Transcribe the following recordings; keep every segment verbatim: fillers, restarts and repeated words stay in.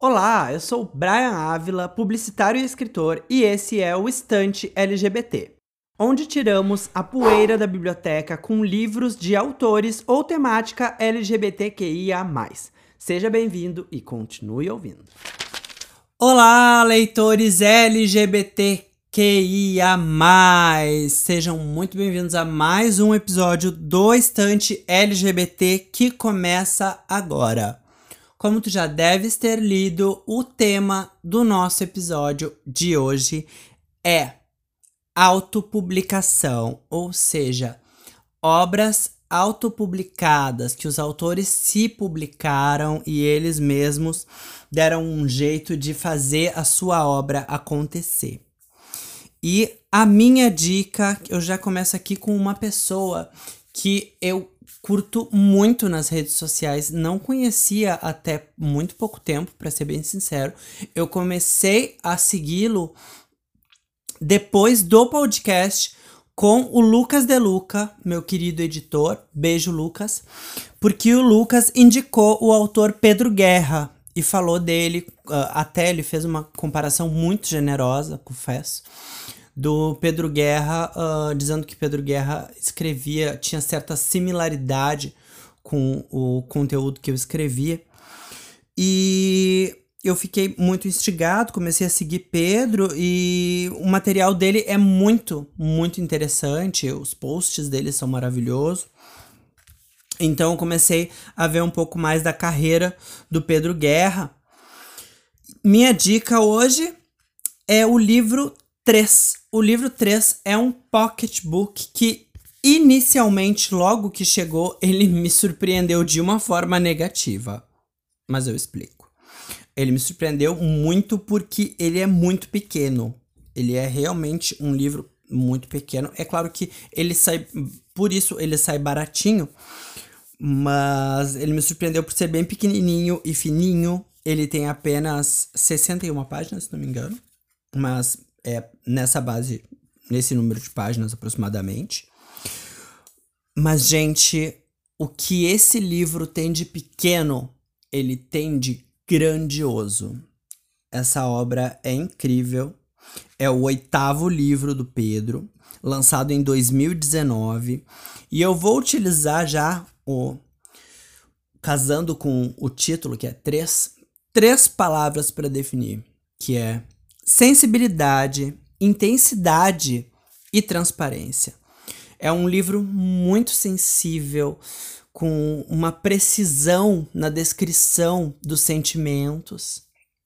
Olá, eu sou o Brian Ávila, publicitário e escritor, e esse é o Estante L G B T, onde tiramos a poeira da biblioteca com livros de autores ou temática L G B T Q I A mais. Seja bem-vindo e continue ouvindo. Olá, leitores L G B T Q I A mais! Sejam muito bem-vindos a mais um episódio do Estante L G B T que começa agora. Como tu já deves ter lido, o tema do nosso episódio de hoje é autopublicação, ou seja, obras autopublicadas, que os autores se publicaram e eles mesmos deram um jeito de fazer a sua obra acontecer. E a minha dica, eu já começo aqui com uma pessoa que eu curto muito nas redes sociais, não conhecia até muito pouco tempo, para ser bem sincero. Eu comecei a segui-lo depois do podcast com o Lucas De Luca, meu querido editor, beijo Lucas, porque o Lucas indicou o autor Pedro Guerra e falou dele, uh, até ele fez uma comparação muito generosa, confesso, do Pedro Guerra, uh, dizendo que Pedro Guerra escrevia, tinha certa similaridade com o conteúdo que eu escrevia. E eu fiquei muito instigado, comecei a seguir Pedro e o material dele é muito, muito interessante, os posts dele são maravilhosos. Então eu comecei a ver um pouco mais da carreira do Pedro Guerra. Minha dica hoje é o livro três. O livro três é um pocketbook que, inicialmente, logo que chegou, ele me surpreendeu de uma forma negativa. Mas eu explico. Ele me surpreendeu muito porque ele é muito pequeno. Ele é realmente um livro muito pequeno. É claro que ele sai, por isso ele sai baratinho, mas ele me surpreendeu por ser bem pequenininho e fininho. Ele tem apenas sessenta e uma páginas, se não me engano, mas é nessa base, nesse número de páginas aproximadamente. Mas, gente, o que esse livro tem de pequeno, ele tem de grandioso. Essa obra é incrível. É o oitavo livro do Pedro, lançado em dois mil e dezenove. E eu vou utilizar já o... casando com o título, que é três, três palavras para definir, que é sensibilidade, intensidade e transparência. É um livro muito sensível, com uma precisão na descrição dos sentimentos,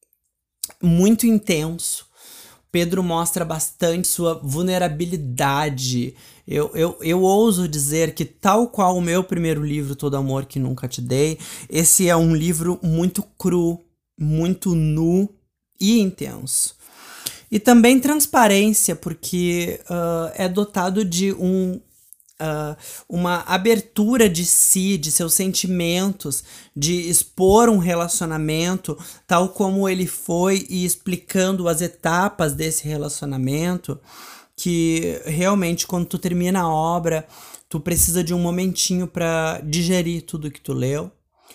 muito intenso. Pedro mostra bastante sua vulnerabilidade. Eu, eu, eu ouso dizer que, tal qual o meu primeiro livro, Todo Amor Que Nunca Te Dei, esse é um livro muito cru, muito nu e intenso. E também transparência, porque uh, é dotado de um, uh, uma abertura de si, de seus sentimentos, de expor um relacionamento, tal como ele foi, e explicando as etapas desse relacionamento, que realmente quando tu termina a obra, tu precisa de um momentinho para digerir tudo que tu leu,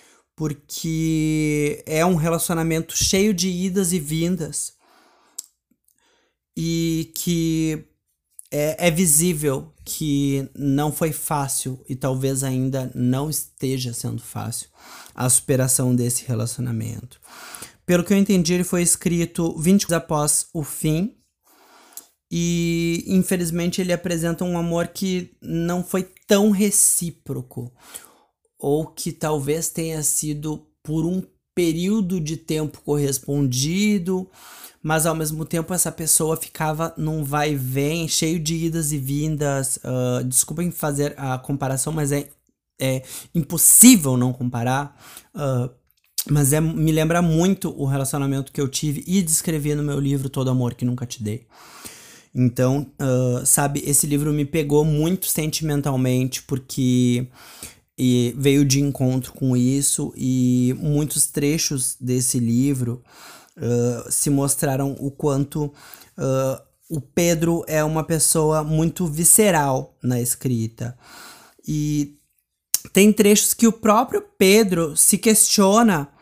porque é um relacionamento cheio de idas e vindas, e que é, é visível que não foi fácil e talvez ainda não esteja sendo fácil a superação desse relacionamento. Pelo que eu entendi, ele foi escrito vinte anos após o fim e, infelizmente, ele apresenta um amor que não foi tão recíproco, ou que talvez tenha sido por um período de tempo correspondido, mas ao mesmo tempo essa pessoa ficava num vai e vem, cheio de idas e vindas. Uh, desculpem fazer a comparação, mas é, é impossível não comparar. Uh, mas é, me lembra muito o relacionamento que eu tive e descrevi no meu livro Todo Amor Que Nunca Te Dei. Então, uh, sabe, esse livro me pegou muito sentimentalmente, porque e veio de encontro com isso, e muitos trechos desse livro Uh, se mostraram o quanto uh, o Pedro é uma pessoa muito visceral na escrita. E tem trechos que o próprio Pedro se questiona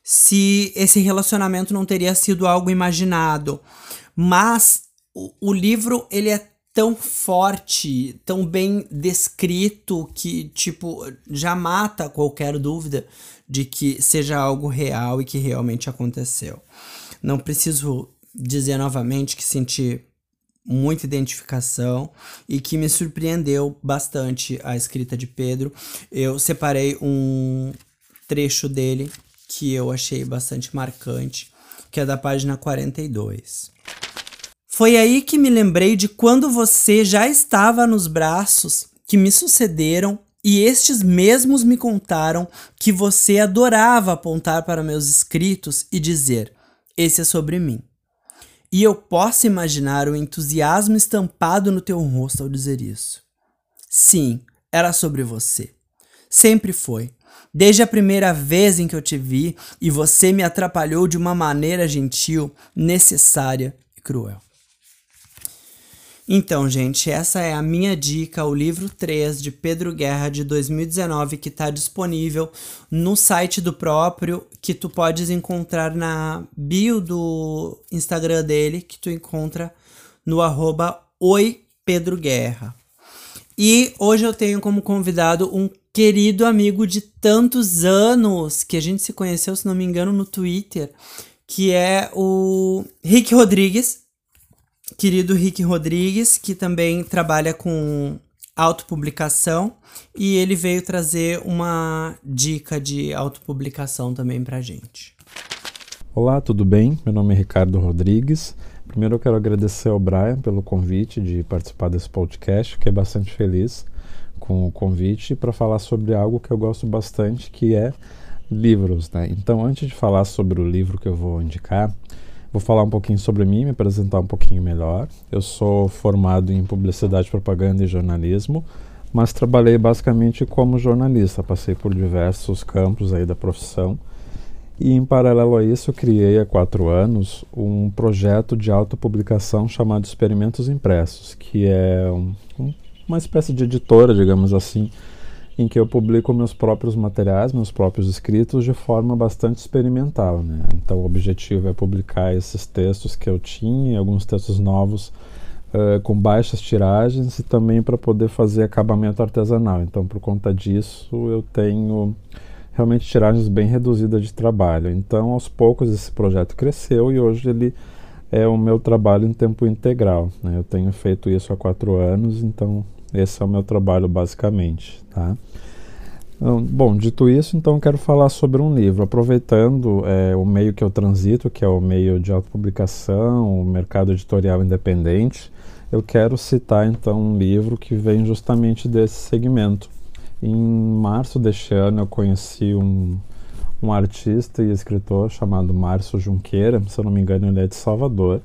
se esse relacionamento não teria sido algo imaginado. Mas o, o livro, ele é tão forte, tão bem descrito que, tipo, já mata qualquer dúvida de que seja algo real e que realmente aconteceu. Não preciso dizer novamente que senti muita identificação e que me surpreendeu bastante a escrita de Pedro. Eu separei um trecho dele que eu achei bastante marcante, que é da página quarenta e dois. Foi aí que me lembrei de quando você já estava nos braços que me sucederam e estes mesmos me contaram que você adorava apontar para meus escritos e dizer: esse é sobre mim. E eu posso imaginar o entusiasmo estampado no teu rosto ao dizer isso. Sim, era sobre você. Sempre foi. Desde a primeira vez em que eu te vi e você me atrapalhou de uma maneira gentil, necessária e cruel. Então, gente, essa é a minha dica, o livro três de Pedro Guerra de dois mil e dezenove, que está disponível no site do próprio, que tu podes encontrar na bio do Instagram dele, que tu encontra no arroba Oi Pedro Guerra. E hoje eu tenho como convidado um querido amigo de tantos anos, que a gente se conheceu, se não me engano, no Twitter, que é o Rick Rodrigues. Querido Rick Rodrigues, que também trabalha com autopublicação, e ele veio trazer uma dica de autopublicação também pra gente. Olá, tudo bem? Meu nome é Ricardo Rodrigues. Primeiro eu quero agradecer ao Brian pelo convite de participar desse podcast, fiquei bastante feliz com o convite para falar sobre algo que eu gosto bastante, que é livros, né? Então, antes de falar sobre o livro que eu vou indicar, vou falar um pouquinho sobre mim, me apresentar um pouquinho melhor. Eu sou formado em Publicidade, Propaganda e Jornalismo, mas trabalhei basicamente como jornalista. Passei por diversos campos aí da profissão. E, em paralelo a isso, eu criei há quatro anos um projeto de autopublicação chamado Experimentos Impressos, que é um, um, uma espécie de editora, digamos assim, em que eu publico meus próprios materiais, meus próprios escritos de forma bastante experimental, né? Então o objetivo é publicar esses textos que eu tinha, alguns textos novos uh, com baixas tiragens e também para poder fazer acabamento artesanal. Então por conta disso eu tenho realmente tiragens bem reduzidas de trabalho. Então aos poucos esse projeto cresceu e hoje ele é o meu trabalho em tempo integral, né? Eu tenho feito isso há quatro anos, então esse é o meu trabalho basicamente, tá? Bom, dito isso, então eu quero falar sobre um livro, aproveitando é, o meio que eu transito, que é o meio de autopublicação, o mercado editorial independente. Eu quero citar então um livro que vem justamente desse segmento. Em março deste ano eu conheci um, um artista e escritor chamado Márcio Junqueira, se eu não me engano ele é de Salvador.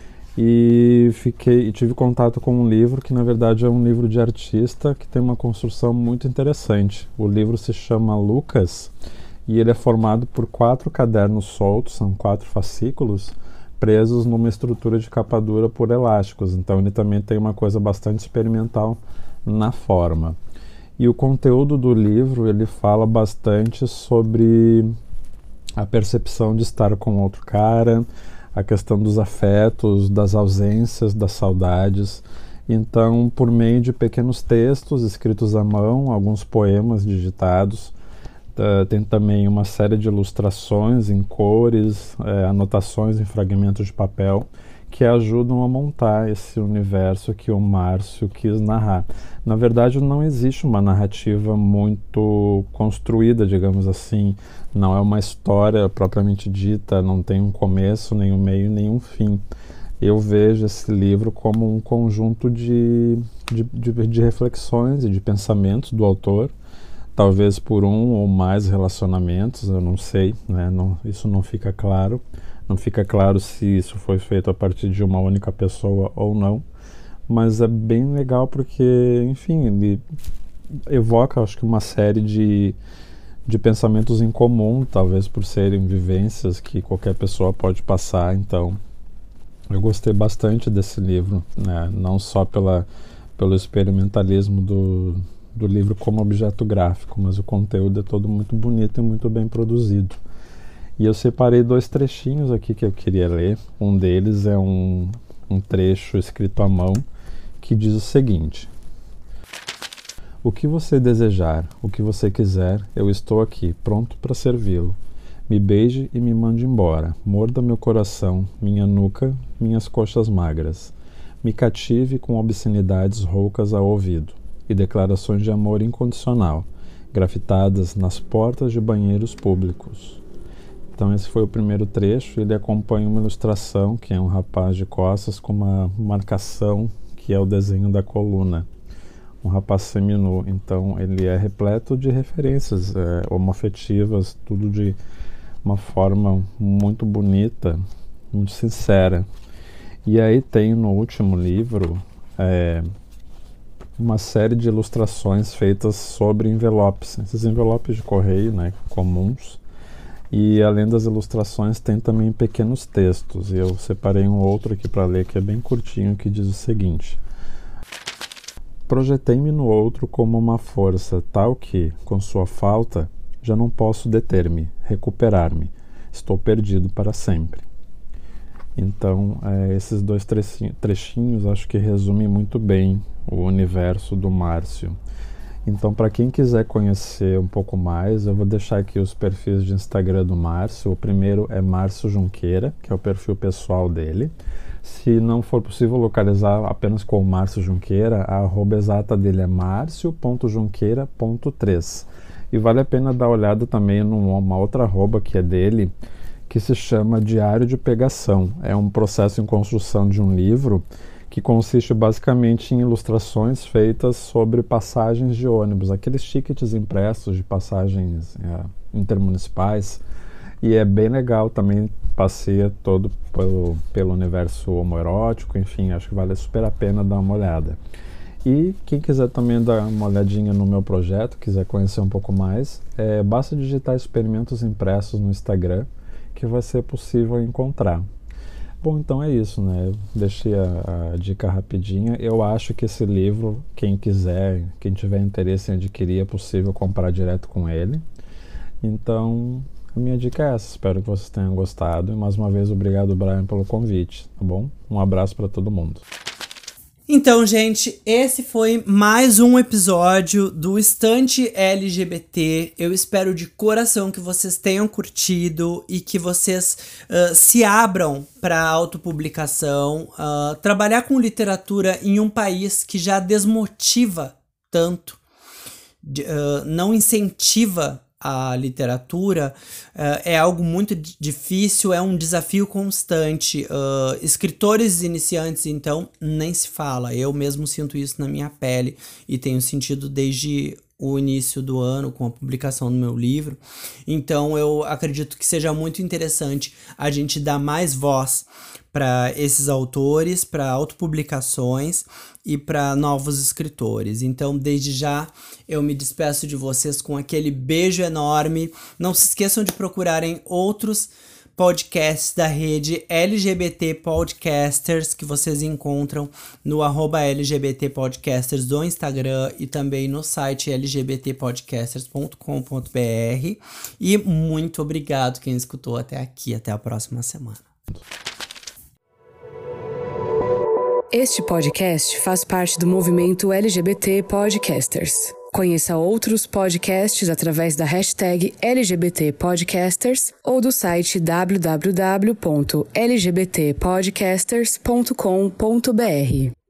E fiquei e tive contato com um livro que na verdade é um livro de artista que tem uma construção muito interessante. O livro se chama Lucas e ele é formado por quatro cadernos soltos, são quatro fascículos presos numa estrutura de capa dura por elásticos. Então ele também tem uma coisa bastante experimental na forma. E o conteúdo do livro ele fala bastante sobre a percepção de estar com outro cara, a questão dos afetos, das ausências, das saudades. Então, por meio de pequenos textos escritos à mão, alguns poemas digitados, uh, tem também uma série de ilustrações em cores, uh, anotações em fragmentos de papel, que ajudam a montar esse universo que o Márcio quis narrar. Na verdade, não existe uma narrativa muito construída, digamos assim. Não é uma história propriamente dita, não tem um começo, nem um meio, nem um fim. Eu vejo esse livro como um conjunto de, de, de, de reflexões e de pensamentos do autor, talvez por um ou mais relacionamentos, eu não sei, né? Não, isso não fica claro. Não fica claro se isso foi feito a partir de uma única pessoa ou não, mas é bem legal porque, enfim, ele evoca, acho que, uma série de, de pensamentos em comum, talvez por serem vivências que qualquer pessoa pode passar. Então, eu gostei bastante desse livro, né? Não só pela, pelo experimentalismo do, do livro como objeto gráfico, mas o conteúdo é todo muito bonito e muito bem produzido. E eu separei dois trechinhos aqui que eu queria ler. Um deles é um, um trecho escrito à mão que diz o seguinte: o que você desejar, o que você quiser, eu estou aqui, pronto para servi-lo. Me beije e me mande embora. Morda meu coração, minha nuca, minhas coxas magras. Me cative com obscenidades roucas ao ouvido e declarações de amor incondicional, grafitadas nas portas de banheiros públicos. Então esse foi o primeiro trecho. Ele acompanha uma ilustração que é um rapaz de costas com uma marcação que é o desenho da coluna. Um rapaz seminu. Então ele é repleto de referências é, homoafetivas, tudo de uma forma muito bonita, muito sincera. E aí tem no último livro é, uma série de ilustrações feitas sobre envelopes, esses envelopes de correio, né, comuns. E além das ilustrações tem também pequenos textos. E eu separei um outro aqui para ler que é bem curtinho, que diz o seguinte: projetei-me no outro como uma força tal que, com sua falta, já não posso deter-me, recuperar-me. Estou perdido para sempre. Então, é, esses dois trechinhos, trechinhos acho que resumem muito bem o universo do Márcio. Então, para quem quiser conhecer um pouco mais, eu vou deixar aqui os perfis de Instagram do Márcio. O primeiro é Márcio Junqueira, que é o perfil pessoal dele. Se não for possível localizar apenas com o Márcio Junqueira, a arroba exata dele é marcio ponto junqueira ponto três. E vale a pena dar uma olhada também numa outra arroba que é dele, que se chama Diário de Pegação. É um processo em construção de um livro que consiste basicamente em ilustrações feitas sobre passagens de ônibus, aqueles tickets impressos de passagens é, intermunicipais. E é bem legal também, passeia todo pelo, pelo universo homoerótico, enfim, acho que vale super a pena dar uma olhada. E quem quiser também dar uma olhadinha no meu projeto, quiser conhecer um pouco mais, é, basta digitar experimentos impressos no Instagram, que vai ser possível encontrar. Bom, então é isso, né? Eu deixei a, a dica rapidinha. Eu acho que esse livro, quem quiser, quem tiver interesse em adquirir, é possível comprar direto com ele. Então, a minha dica é essa. Espero que vocês tenham gostado. E mais uma vez, obrigado, Brian, pelo convite, tá bom? Um abraço para todo mundo. Então, gente, esse foi mais um episódio do Estante L G B T. Eu espero de coração que vocês tenham curtido e que vocês uh, se abram para autopublicação. Uh, trabalhar com literatura em um país que já desmotiva tanto, uh, não incentiva a literatura, uh, é algo muito d- difícil, é um desafio constante. Uh, escritores iniciantes, então, nem se fala. Eu mesmo sinto isso na minha pele e tenho sentido desde o início do ano com a publicação do meu livro. Então, eu acredito que seja muito interessante a gente dar mais voz para esses autores, para autopublicações e para novos escritores. Então, desde já, eu me despeço de vocês com aquele beijo enorme. Não se esqueçam de procurarem outros podcasts da rede L G B T Podcasters, que vocês encontram no arroba L G B T Podcasters do Instagram e também no site l g b t podcasters ponto com ponto b r. E muito obrigado quem escutou até aqui. Até a próxima semana. Este podcast faz parte do movimento L G B T Podcasters. Conheça outros podcasts através da hashtag L G B T Podcasters ou do site w w w ponto l g b t podcasters ponto com ponto b r.